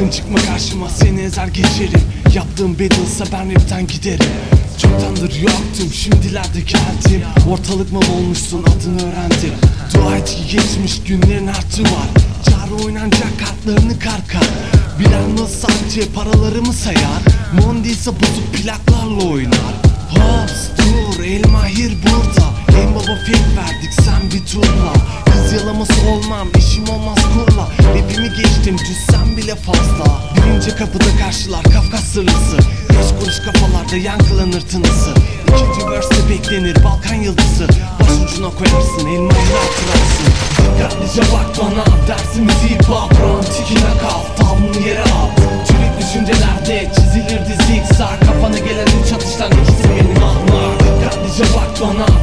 Sakın çıkma karşıma, seni ezer geçerim. Yaptığım battlesa ben rapten giderim. Çoktandır yoktum, şimdilerde geldim. Ortalık mal olmuşsun, adını öğrendim. Dua et ki geçmiş günlerin harcı var. Çağrı oynanacak kartlarını karkar. Bilen nasıl sadece paralarımı sayar. Mondi ise bozuk plaklarla oynar. Hops dur, El Mahir burada. En baba fake verdik, sen bir turla. Kız yalaması olmam, işim olmaz kurla. Rapimi geçtim, cüssem bile fazla. Birinci kapıda karşılar Kafkas sırrısı. 5 kuruş kafalarda yankılanır tınısı. İkinci verse'te beklenir Balkan yıldızı. Başucuna koyarsın, El Mahir'i hatırarsın. Dikkatlice bak bana, dersimizi hip-hop. Round tikine kal, tavrını yere at. Çürük düşüncelerde çizilirdi zikzak. Kafana gelen üç atıştan ikisi benim ahmak. Dikkatlice bak bana,